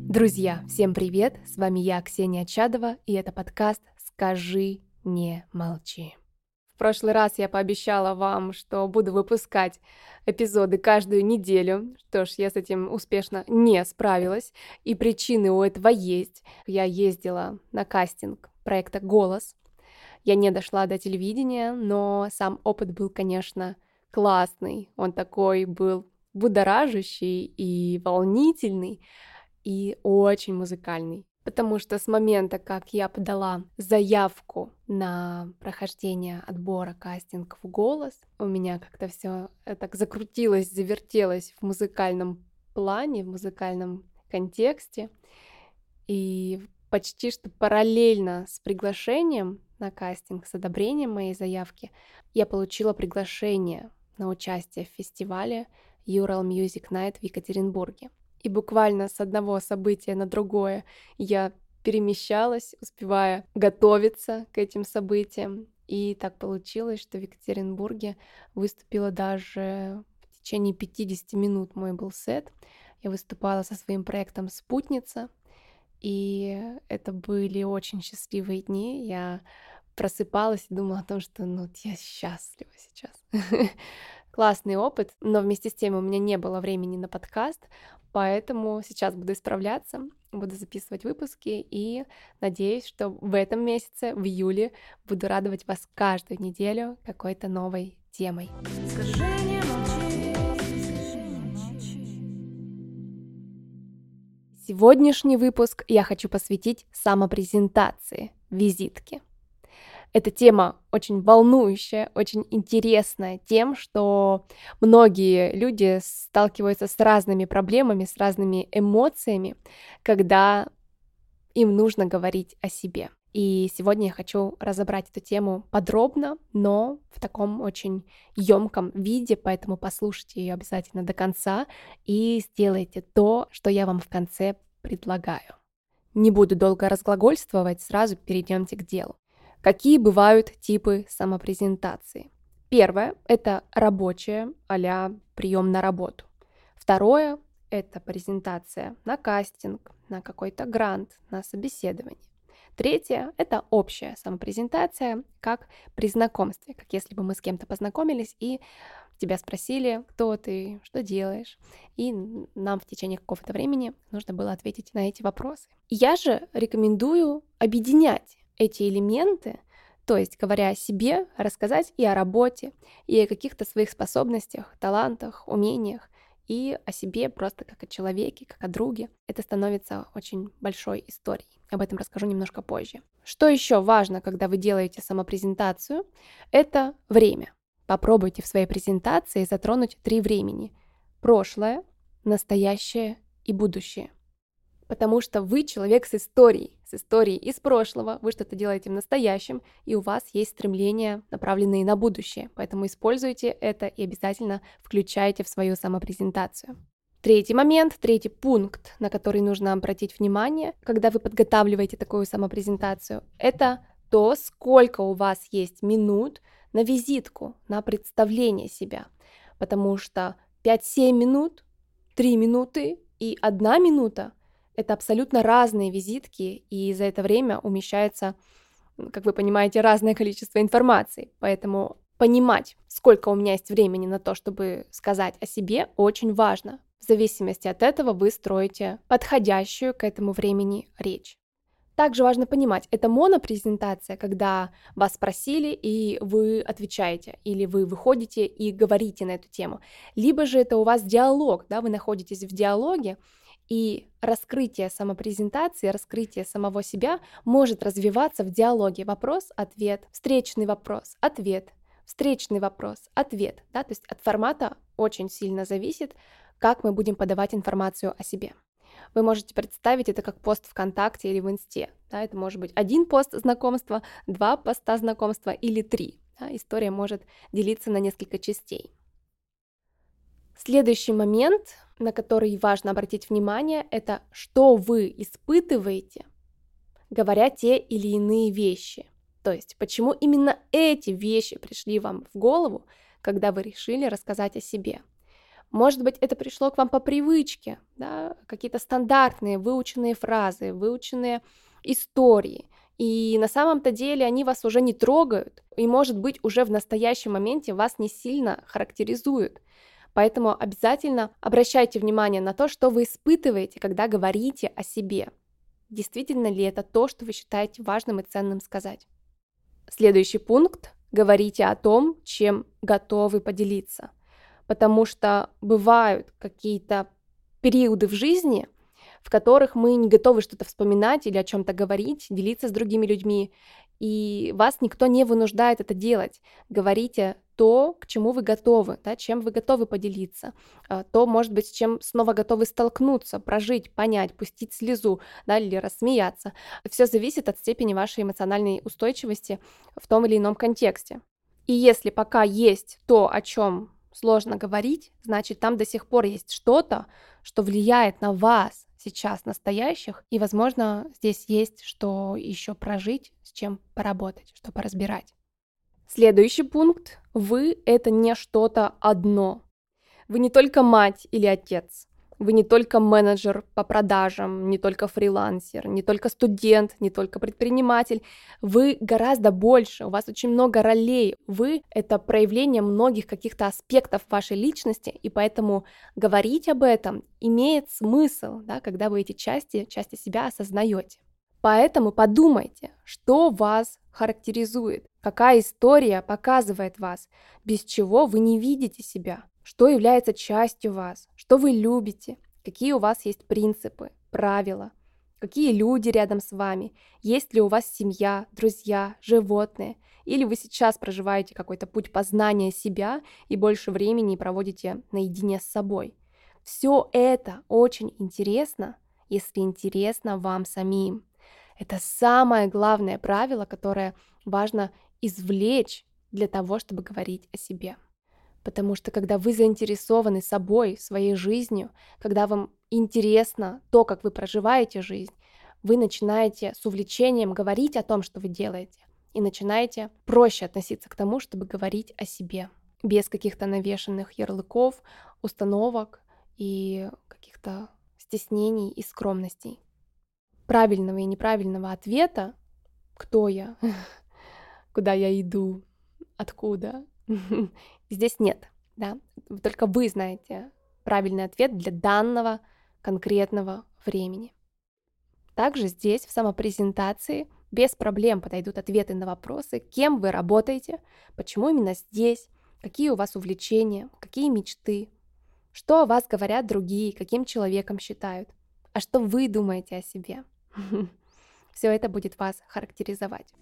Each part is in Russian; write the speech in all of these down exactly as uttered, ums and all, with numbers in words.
Друзья, всем привет! С вами я, Ксения Чадова, и это подкаст «Скажи, не молчи». В прошлый раз я пообещала вам, что буду выпускать эпизоды каждую неделю. Что ж, я с этим успешно не справилась, и причины у этого есть. Я ездила на кастинг проекта «Голос». Я не дошла до телевидения, но сам опыт был, конечно, классный. Он такой был будоражащий и волнительный, и очень музыкальный. Потому что с момента, как я подала заявку на прохождение отбора кастинг в «Голос», у меня как-то все так закрутилось, завертелось в музыкальном плане, в музыкальном контексте. И почти что параллельно с приглашением на кастинг, с одобрением моей заявки, я получила приглашение на участие в фестивале Ural Music Night в Екатеринбурге. И буквально с одного события на другое я перемещалась, успевая готовиться к этим событиям. И так получилось, что в Екатеринбурге выступила даже в течение пятьдесят минут мой был сет. Я выступала со своим проектом «Спутница», и это были очень счастливые дни. Я просыпалась и думала о том, что ну вот я счастлива сейчас. Классный опыт, но вместе с тем у меня не было времени на подкаст, поэтому сейчас буду исправляться, буду записывать выпуски и надеюсь, что в этом месяце, в июле, буду радовать вас каждую неделю какой-то новой темой. Скажи, не молчи. Сегодняшний выпуск я хочу посвятить самопрезентации, визитке. Эта тема очень волнующая, очень интересная тем, что многие люди сталкиваются с разными проблемами, с разными эмоциями, когда им нужно говорить о себе. И сегодня я хочу разобрать эту тему подробно, но в таком очень емком виде, поэтому послушайте ее обязательно до конца и сделайте то, что я вам в конце предлагаю. Не буду долго разглагольствовать, сразу перейдемте к делу. Какие бывают типы самопрезентации? Первое – это рабочая, а-ля прием на работу. Второе – это презентация на кастинг, на какой-то грант, на собеседование. Третье – это общая самопрезентация, как при знакомстве, как если бы мы с кем-то познакомились и тебя спросили, кто ты, что делаешь, и нам в течение какого-то времени нужно было ответить на эти вопросы. Я же рекомендую объединять эти элементы, то есть, говоря о себе, рассказать и о работе, и о каких-то своих способностях, талантах, умениях, и о себе просто как о человеке, как о друге. Это становится очень большой историей. Об этом расскажу немножко позже. Что еще важно, когда вы делаете самопрезентацию, это время. Попробуйте в своей презентации затронуть три времени: прошлое, настоящее и будущее. Потому что вы человек с историей, с историей из прошлого, вы что-то делаете в настоящем, и у вас есть стремления, направленные на будущее. Поэтому используйте это и обязательно включайте в свою самопрезентацию. Третий момент, третий пункт, на который нужно обратить внимание, когда вы подготавливаете такую самопрезентацию, это то, сколько у вас есть минут на визитку, на представление себя. Потому что пять-семь минут, три минуты и одна минута это абсолютно разные визитки, и за это время умещается, как вы понимаете, разное количество информации. Поэтому понимать, сколько у меня есть времени на то, чтобы сказать о себе, очень важно. В зависимости от этого вы строите подходящую к этому времени речь. Также важно понимать, это монопрезентация, когда вас спросили, и вы отвечаете, или вы выходите и говорите на эту тему. Либо же это у вас диалог, да, вы находитесь в диалоге, и раскрытие самопрезентации, раскрытие самого себя может развиваться в диалоге. Вопрос-ответ, встречный вопрос-ответ, встречный вопрос-ответ. Да? То есть от формата очень сильно зависит, как мы будем подавать информацию о себе. Вы можете представить это как пост ВКонтакте или в Инсте. Да? Это может быть один пост знакомства, два поста знакомства или три. Да? История может делиться на несколько частей. Следующий момент, на который важно обратить внимание, это что вы испытываете, говоря те или иные вещи. То есть, почему именно эти вещи пришли вам в голову, когда вы решили рассказать о себе. Может быть, это пришло к вам по привычке, да, какие-то стандартные выученные фразы, выученные истории. И на самом-то деле они вас уже не трогают, и, может быть, уже в настоящем моменте вас не сильно характеризуют. Поэтому обязательно обращайте внимание на то, что вы испытываете, когда говорите о себе. Действительно ли это то, что вы считаете важным и ценным сказать? Следующий пункт. Говорите о том, чем готовы поделиться. Потому что бывают какие-то периоды в жизни, в которых мы не готовы что-то вспоминать или о чем-то говорить, делиться с другими людьми, и вас никто не вынуждает это делать. Говорите то, к чему вы готовы, да, чем вы готовы поделиться, а, то, может быть, с чем снова готовы столкнуться, прожить, понять, пустить слезу, да, или рассмеяться. Все зависит от степени вашей эмоциональной устойчивости в том или ином контексте. И если пока есть то, о чем сложно говорить, значит, там до сих пор есть что-то, что влияет на вас сейчас, настоящих, и, возможно, здесь есть что еще прожить, с чем поработать, что поразбирать. Следующий пункт. Вы — это не что-то одно. Вы не только мать или отец. Вы не только менеджер по продажам, не только фрилансер, не только студент, не только предприниматель. Вы гораздо больше, у вас очень много ролей. Вы — это проявление многих каких-то аспектов вашей личности, и поэтому говорить об этом имеет смысл, да, когда вы эти части, части себя осознаете. Поэтому подумайте, что вас характеризует, какая история показывает вас, без чего вы не видите себя. Что является частью вас, что вы любите, какие у вас есть принципы, правила, какие люди рядом с вами, есть ли у вас семья, друзья, животные, или вы сейчас проживаете какой-то путь познания себя и больше времени проводите наедине с собой. Все это очень интересно, если интересно вам самим. Это самое главное правило, которое важно извлечь для того, чтобы говорить о себе. Потому что когда вы заинтересованы собой, своей жизнью, когда вам интересно то, как вы проживаете жизнь, вы начинаете с увлечением говорить о том, что вы делаете, и начинаете проще относиться к тому, чтобы говорить о себе, без каких-то навешенных ярлыков, установок и каких-то стеснений и скромностей. Правильного и неправильного ответа, кто я, куда я иду, откуда, здесь нет, да. Только вы знаете правильный ответ для данного конкретного времени. Также здесь в самопрезентации без проблем подойдут ответы на вопросы, кем вы работаете, почему именно здесь, какие у вас увлечения, какие мечты, что о вас говорят другие, каким человеком считают, а что вы думаете о себе. Все это будет вас характеризовать.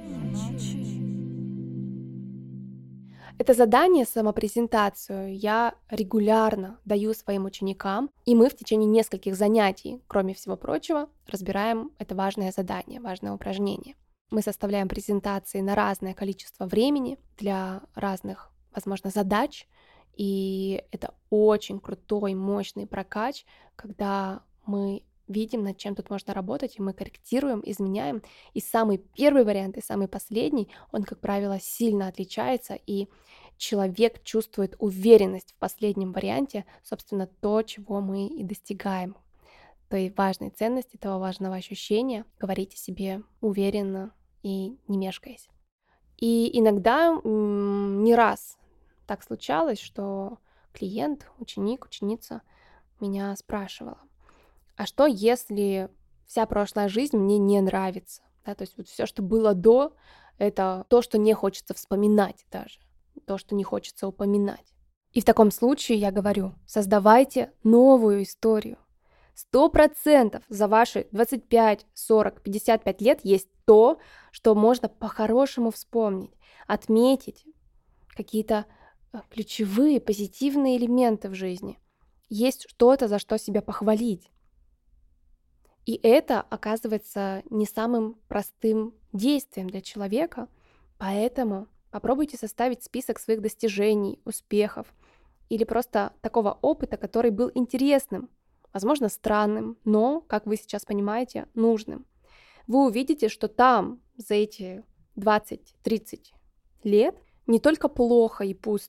Это задание, самопрезентацию, я регулярно даю своим ученикам, и мы в течение нескольких занятий, кроме всего прочего, разбираем это важное задание, важное упражнение. Мы составляем презентации на разное количество времени для разных, возможно, задач, и это очень крутой, мощный прокач, когда мы видим, над чем тут можно работать, и мы корректируем, изменяем. И самый первый вариант, и самый последний, он, как правило, сильно отличается, и человек чувствует уверенность в последнем варианте, собственно, то, чего мы и достигаем. Той важной ценности, того важного ощущения говорить о себе уверенно и не мешкаясь. И иногда, м, не раз так случалось, что клиент, ученик, ученица меня спрашивала: а что, если вся прошлая жизнь мне не нравится? Да, то есть вот все, что было до, это то, что не хочется вспоминать даже, то, что не хочется упоминать. И в таком случае я говорю: создавайте новую историю. Сто процентов за ваши двадцать пять, сорок, пятьдесят пять лет есть то, что можно по-хорошему вспомнить, отметить какие-то э, ключевые позитивные элементы в жизни. Есть что-то, за что себя похвалить. И это оказывается не самым простым действием для человека, поэтому попробуйте составить список своих достижений, успехов или просто такого опыта, который был интересным, возможно, странным, но, как вы сейчас понимаете, нужным. Вы увидите, что там за эти двадцать-тридцать лет не только плохо и пусто,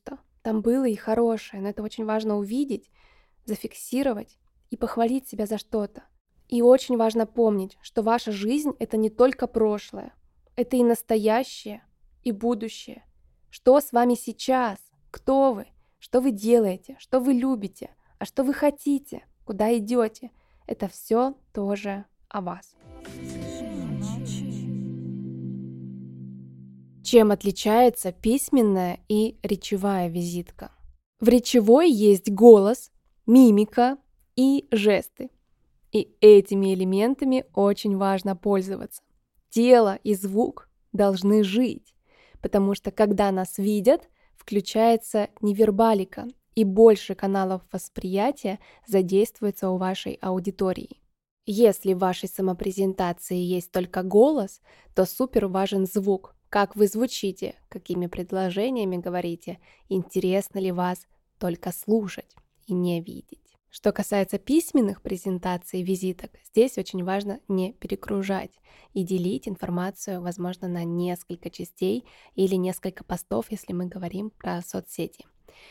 там было и хорошее, но это очень важно увидеть, зафиксировать и похвалить себя за что-то. И очень важно помнить, что ваша жизнь — это не только прошлое, это и настоящее, и будущее. Что с вами сейчас? Кто вы? Что вы делаете? Что вы любите? А что вы хотите? Куда идете? Это все тоже о вас. Чем отличается письменная и речевая визитка? В речевой есть голос, мимика и жесты. И этими элементами очень важно пользоваться. Тело и звук должны жить, потому что когда нас видят, включается невербалика, и больше каналов восприятия задействуется у вашей аудитории. Если в вашей самопрезентации есть только голос, то супер важен звук. Как вы звучите, какими предложениями говорите, интересно ли вас только слушать и не видеть. Что касается письменных презентаций, визиток, здесь очень важно не перегружать и делить информацию, возможно, на несколько частей или несколько постов, если мы говорим про соцсети.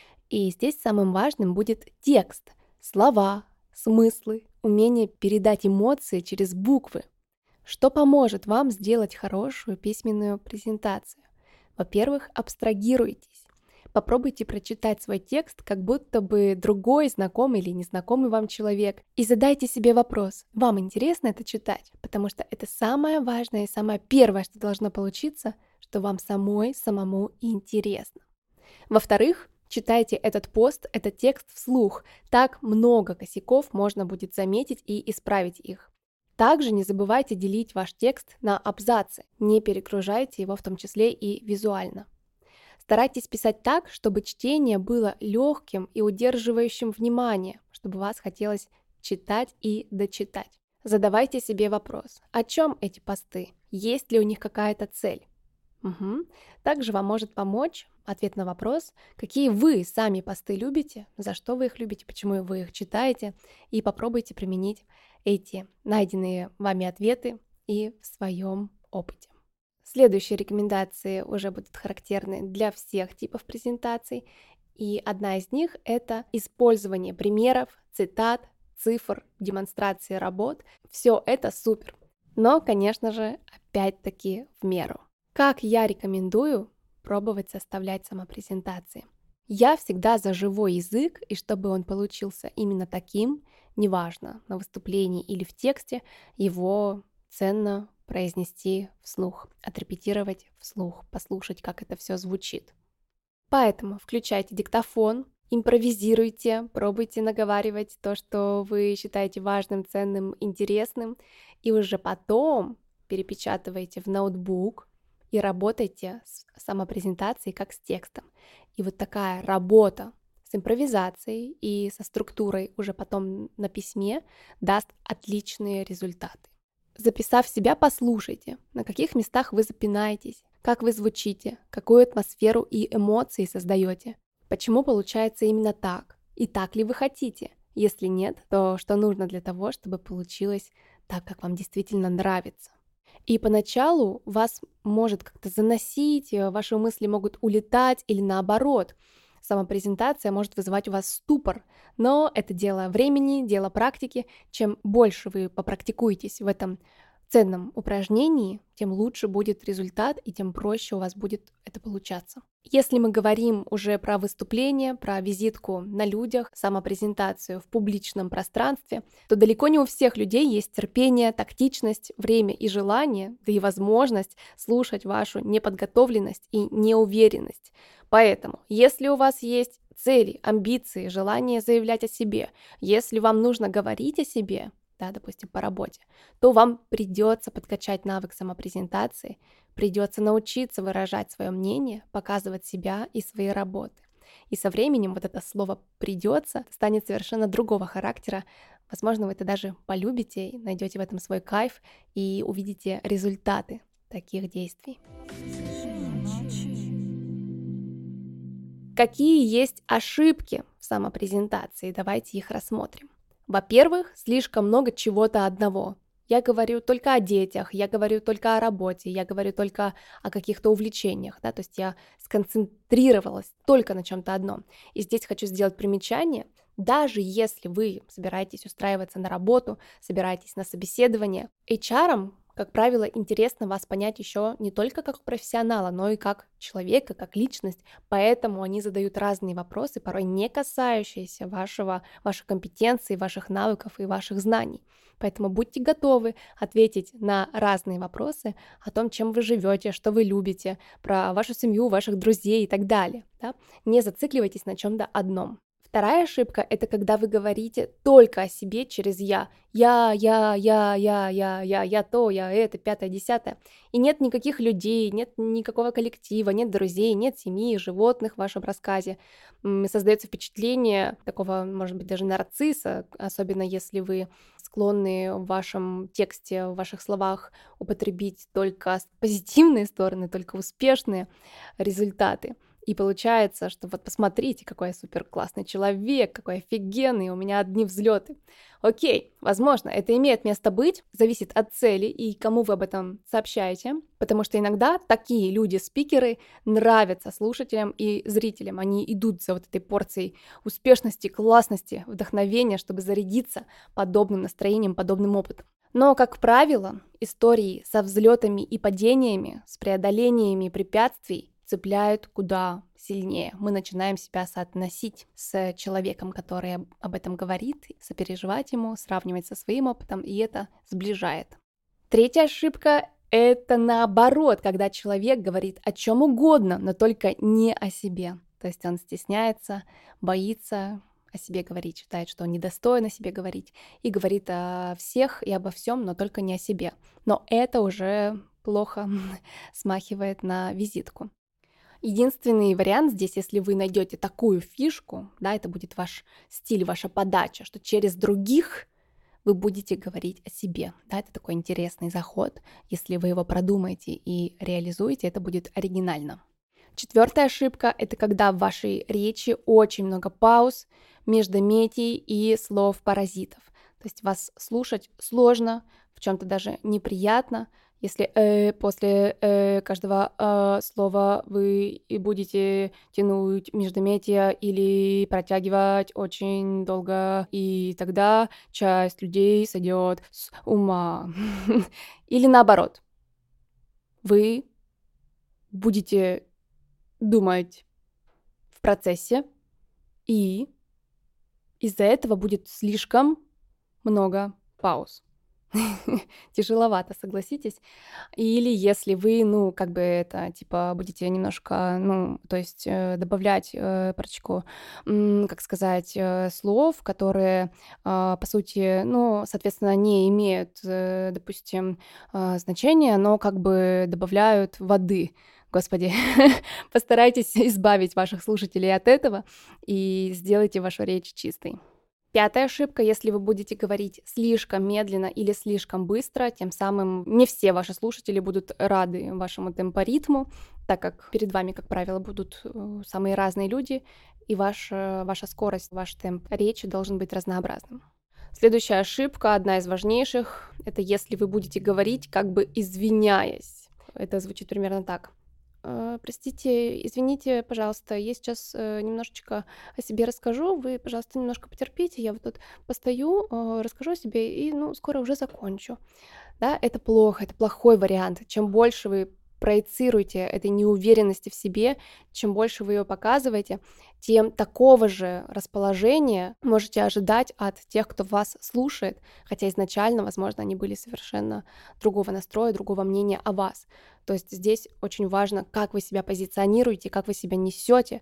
И здесь самым важным будет текст, слова, смыслы, умение передать эмоции через буквы. Что поможет вам сделать хорошую письменную презентацию? Во-первых, абстрагируйтесь. Попробуйте прочитать свой текст, как будто бы другой, знакомый или незнакомый вам человек. И задайте себе вопрос, вам интересно это читать? Потому что это самое важное и самое первое, что должно получиться, что вам самой, самому интересно. Во-вторых, читайте этот пост, этот текст вслух. Так много косяков можно будет заметить и исправить их. Также не забывайте делить ваш текст на абзацы, не перегружайте его в том числе и визуально. Старайтесь писать так, чтобы чтение было легким и удерживающим внимание, чтобы вас хотелось читать и дочитать. Задавайте себе вопрос, о чем эти посты, есть ли у них какая-то цель. Угу. Также вам может помочь ответ на вопрос, какие вы сами посты любите, за что вы их любите, почему вы их читаете, и попробуйте применить эти найденные вами ответы и в своем опыте. Следующие рекомендации уже будут характерны для всех типов презентаций, и одна из них — это использование примеров, цитат, цифр, демонстрации работ. Все это супер, но, конечно же, опять-таки в меру. Как я рекомендую пробовать составлять самопрезентации? Я всегда за живой язык, и чтобы он получился именно таким, неважно, на выступлении или в тексте, его ценно произнести вслух, отрепетировать вслух, послушать, как это все звучит. Поэтому включайте диктофон, импровизируйте, пробуйте наговаривать то, что вы считаете важным, ценным, интересным, и уже потом перепечатывайте в ноутбук и работайте с самопрезентацией как с текстом. И вот такая работа с импровизацией и со структурой уже потом на письме даст отличные результаты. Записав себя, послушайте, на каких местах вы запинаетесь, как вы звучите, какую атмосферу и эмоции создаете, почему получается именно так, и так ли вы хотите. Если нет, то что нужно для того, чтобы получилось так, как вам действительно нравится. И поначалу вас может как-то заносить, ваши мысли могут улетать или наоборот. Самопрезентация может вызывать у вас ступор, но это дело времени, дело практики. Чем больше вы попрактикуетесь в этом ценном упражнении, тем лучше будет результат и тем проще у вас будет это получаться. Если мы говорим уже про выступление, про визитку на людях, самопрезентацию в публичном пространстве, то далеко не у всех людей есть терпение, тактичность, время и желание, да и возможность слушать вашу неподготовленность и неуверенность. Поэтому, если у вас есть цели, амбиции, желание заявлять о себе, если вам нужно говорить о себе, да, допустим, по работе, то вам придется подкачать навык самопрезентации, придется научиться выражать свое мнение, показывать себя и свои работы. И со временем вот это слово «придется» станет совершенно другого характера. Возможно, вы это даже полюбите, найдете в этом свой кайф и увидите результаты таких действий. Какие есть ошибки в самопрезентации? Давайте их рассмотрим. Во-первых, слишком много чего-то одного. Я говорю только о детях, я говорю только о работе, я говорю только о каких-то увлечениях, да, то есть я сконцентрировалась только на чем-то одном. И здесь хочу сделать примечание: даже если вы собираетесь устраиваться на работу, собираетесь на собеседование, эйч ар, как правило, интересно вас понять еще не только как профессионала, но и как человека, как личность, поэтому они задают разные вопросы, порой не касающиеся вашего, вашей компетенции, ваших навыков и ваших знаний. Поэтому будьте готовы ответить на разные вопросы о том, чем вы живете, что вы любите, про вашу семью, ваших друзей и так далее. Да? Не зацикливайтесь на чем-то одном. Вторая ошибка — это когда вы говорите только о себе через «я». Я, я, я, я, я, я, я то, я это, пятое, десятое. И нет никаких людей, нет никакого коллектива, нет друзей, нет семьи, животных в вашем рассказе. М, Создается впечатление такого, может быть, даже нарцисса, особенно если вы склонны в вашем тексте, в ваших словах употребить только позитивные стороны, только успешные результаты. И получается, что вот посмотрите, какой я супер классный человек, какой офигенный, у меня одни взлеты. Окей, возможно, это имеет место быть, зависит от цели и кому вы об этом сообщаете, потому что иногда такие люди-спикеры нравятся слушателям и зрителям. Они идут за вот этой порцией успешности, классности, вдохновения, чтобы зарядиться подобным настроением, подобным опытом. Но, как правило, истории со взлетами и падениями, с преодолениями препятствий цепляют куда сильнее. Мы начинаем себя соотносить с человеком, который об этом говорит, сопереживать ему, сравнивать со своим опытом, и это сближает. Третья ошибка — это наоборот, когда человек говорит о чем угодно, но только не о себе. То есть он стесняется, боится о себе говорить, считает, что он недостоин о себе говорить, и говорит о всех и обо всем, но только не о себе. Но это уже плохо смахивает на визитку. Единственный вариант здесь, если вы найдете такую фишку, да, это будет ваш стиль, ваша подача, что через других вы будете говорить о себе. Да, это такой интересный заход. Если вы его продумаете и реализуете, это будет оригинально. Четвертая ошибка — это когда в вашей речи очень много пауз, междометий и слов-паразитов. То есть вас слушать сложно, в чем-то даже неприятно, если э, после э, каждого э, слова вы и будете тянуть междометия или протягивать очень долго, и тогда часть людей сойдет с ума. Или наоборот, вы будете думать в процессе, и из-за этого будет слишком много пауз. Тяжеловато, согласитесь. Или если вы, ну, как бы это, типа, будете немножко, ну, то есть э, добавлять э, парочку, м, как сказать, э, слов, которые, э, по сути, ну, соответственно, не имеют, э, допустим, э, значения, но как бы добавляют воды. Господи, постарайтесь избавить ваших слушателей от этого и сделайте вашу речь чистой. Пятая ошибка: если вы будете говорить слишком медленно или слишком быстро, тем самым не все ваши слушатели будут рады вашему темпоритму, так как перед вами, как правило, будут э, самые разные люди, и ваш, э, ваша скорость, ваш темп речи должен быть разнообразным. Следующая ошибка, одна из важнейших, это если вы будете говорить, как бы извиняясь. Это звучит примерно так. «Э, Простите, извините, пожалуйста, я сейчас э, немножечко о себе расскажу, вы, пожалуйста, немножко потерпите, я вот тут постою, э, расскажу о себе и, ну, скоро уже закончу». Да, это плохо, это плохой вариант. Чем больше вы проецируете этой неуверенности в себе, чем больше вы ее показываете, тем такого же расположения можете ожидать от тех, кто вас слушает, хотя изначально, возможно, они были совершенно другого настроя, другого мнения о вас. То есть здесь очень важно, как вы себя позиционируете, как вы себя несете,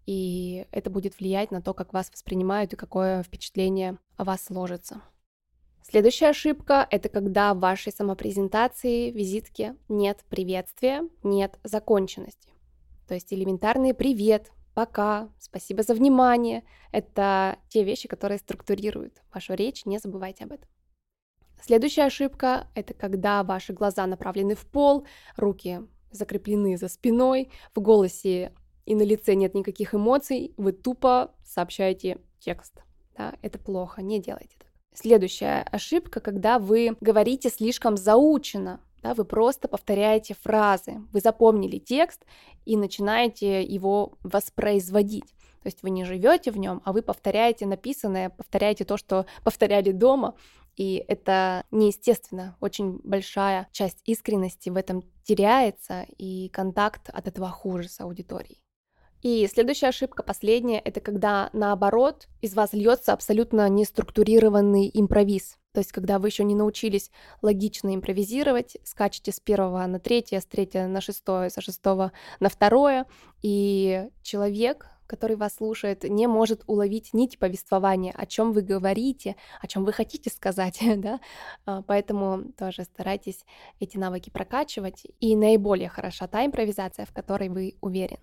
и это будет влиять на то, как вас воспринимают и какое впечатление о вас сложится. Следующая ошибка — это когда в вашей самопрезентации, визитке нет приветствия, нет законченности. То есть элементарный «привет», «пока», «спасибо за внимание» — это те вещи, которые структурируют вашу речь, не забывайте об этом. Следующая ошибка — это когда ваши глаза направлены в пол, руки закреплены за спиной, в голосе и на лице нет никаких эмоций, вы тупо сообщаете текст. Да, это плохо, не делайте так. Следующая ошибка, когда вы говорите слишком заучено, да, вы просто повторяете фразы, вы запомнили текст и начинаете его воспроизводить. То есть вы не живете в нем, а вы повторяете написанное, повторяете то, что повторяли дома, и это неестественно. Очень большая часть искренности в этом теряется, и контакт от этого хуже с аудиторией. И следующая ошибка, последняя, это когда наоборот из вас льется абсолютно неструктурированный импровиз. То есть когда вы еще не научились логично импровизировать, скачете с первого на третье, с третьего на шестое, со шестого на второе, и человек, который вас слушает, не может уловить нить повествования, о чем вы говорите, о чем вы хотите сказать, да? А, Поэтому тоже старайтесь эти навыки прокачивать, и наиболее хороша та импровизация, в которой вы уверены.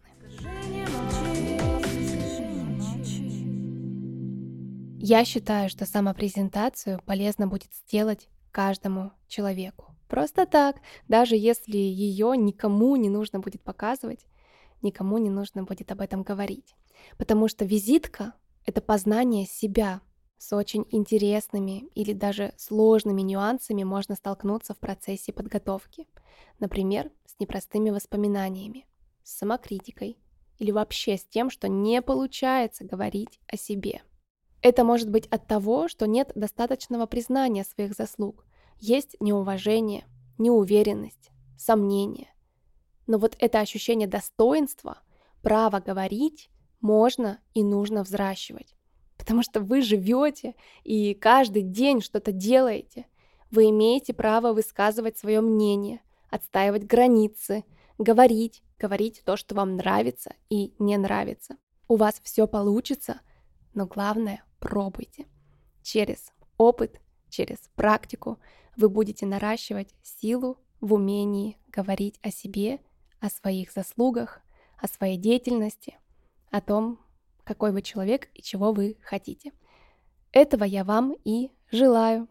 Я считаю, что самопрезентацию полезно будет сделать каждому человеку. Просто так, даже если ее никому не нужно будет показывать, никому не нужно будет об этом говорить. Потому что визитка — это познание себя. С очень интересными или даже сложными нюансами можно столкнуться в процессе подготовки. Например, с непростыми воспоминаниями, с самокритикой или вообще с тем, что не получается говорить о себе. Это может быть от того, что нет достаточного признания своих заслуг. Есть неуважение, неуверенность, сомнения. Но вот это ощущение достоинства, право говорить можно и нужно взращивать. Потому что вы живете и каждый день что-то делаете. Вы имеете право высказывать свое мнение, отстаивать границы, говорить, говорить то, что вам нравится и не нравится. У вас все получится, но главное — пробуйте. Через опыт, через практику вы будете наращивать силу в умении говорить о себе, о своих заслугах, о своей деятельности, о том, какой вы человек и чего вы хотите. Этого я вам и желаю.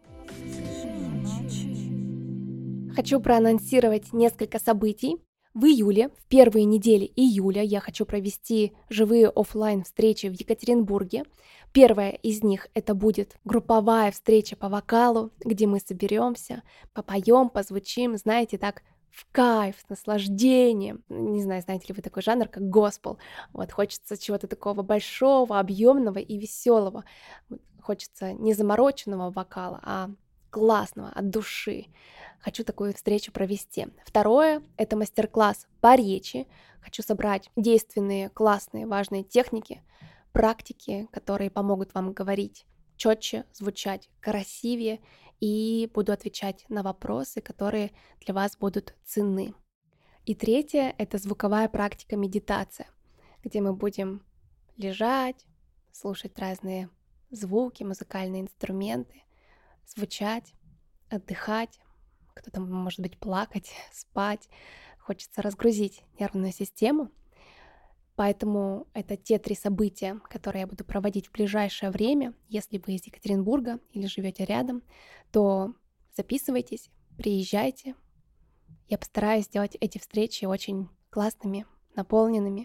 Хочу проанонсировать несколько событий. В июле, в первые недели июля, я хочу провести живые офлайн встречи в Екатеринбурге. Первая из них — это будет групповая встреча по вокалу, где мы соберемся, попоем, позвучим, знаете, так в кайф, с наслаждением. Не знаю, знаете ли вы такой жанр, как госпел. Вот хочется чего-то такого большого, объемного и веселого. Хочется не замороченного вокала, а классного, от души. Хочу такую встречу провести. Второе — это мастер-класс по речи. Хочу собрать действенные, классные, важные техники, практики, которые помогут вам говорить четче, звучать красивее, и буду отвечать на вопросы, которые для вас будут ценны. И третье — это звуковая практика медитация, где мы будем лежать, слушать разные звуки, музыкальные инструменты, звучать, отдыхать, кто-то, может быть, плакать, спать. Хочется разгрузить нервную систему. Поэтому это те три события, которые я буду проводить в ближайшее время. Если вы из Екатеринбурга или живете рядом, то записывайтесь, приезжайте. Я постараюсь сделать эти встречи очень классными, наполненными,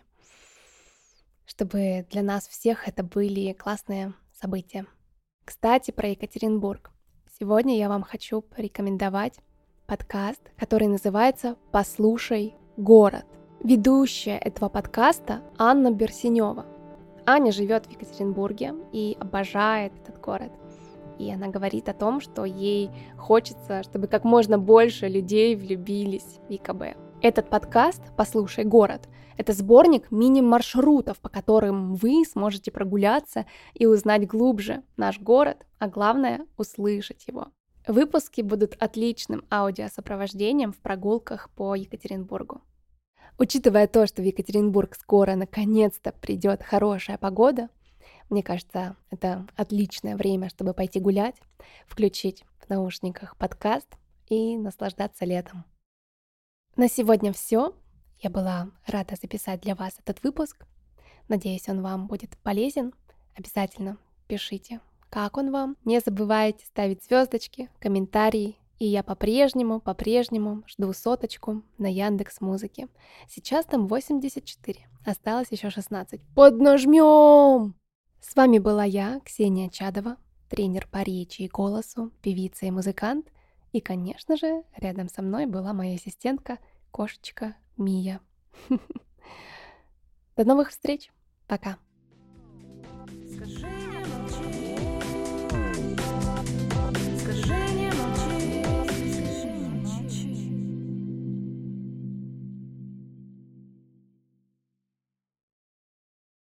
чтобы для нас всех это были классные события. Кстати, про Екатеринбург. Сегодня я вам хочу порекомендовать подкаст, который называется «Послушай город». Ведущая этого подкаста Анна Берсенева. Аня живет в Екатеринбурге и обожает этот город. И она говорит о том, что ей хочется, чтобы как можно больше людей влюбились в ЕКБ. Этот подкаст «Послушай город» — это сборник мини-маршрутов, по которым вы сможете прогуляться и узнать глубже наш город, а главное — услышать его. Выпуски будут отличным аудиосопровождением в прогулках по Екатеринбургу. Учитывая то, что в Екатеринбург скоро наконец-то придет хорошая погода, мне кажется, это отличное время, чтобы пойти гулять, включить в наушниках подкаст и наслаждаться летом. На сегодня все. Я была рада записать для вас этот выпуск. Надеюсь, он вам будет полезен. Обязательно пишите, как он вам. Не забывайте ставить звездочки, комментарии. И я по-прежнему, по-прежнему жду соточку на Яндекс.Музыке. Сейчас там восемьдесят четыре, осталось еще шестнадцать. Поднажмем! С вами была я, Ксения Чадова. тренер по речи и голосу, певица и музыкант. И, конечно же, рядом со мной была моя ассистентка, кошечка Мия. До новых встреч. Пока.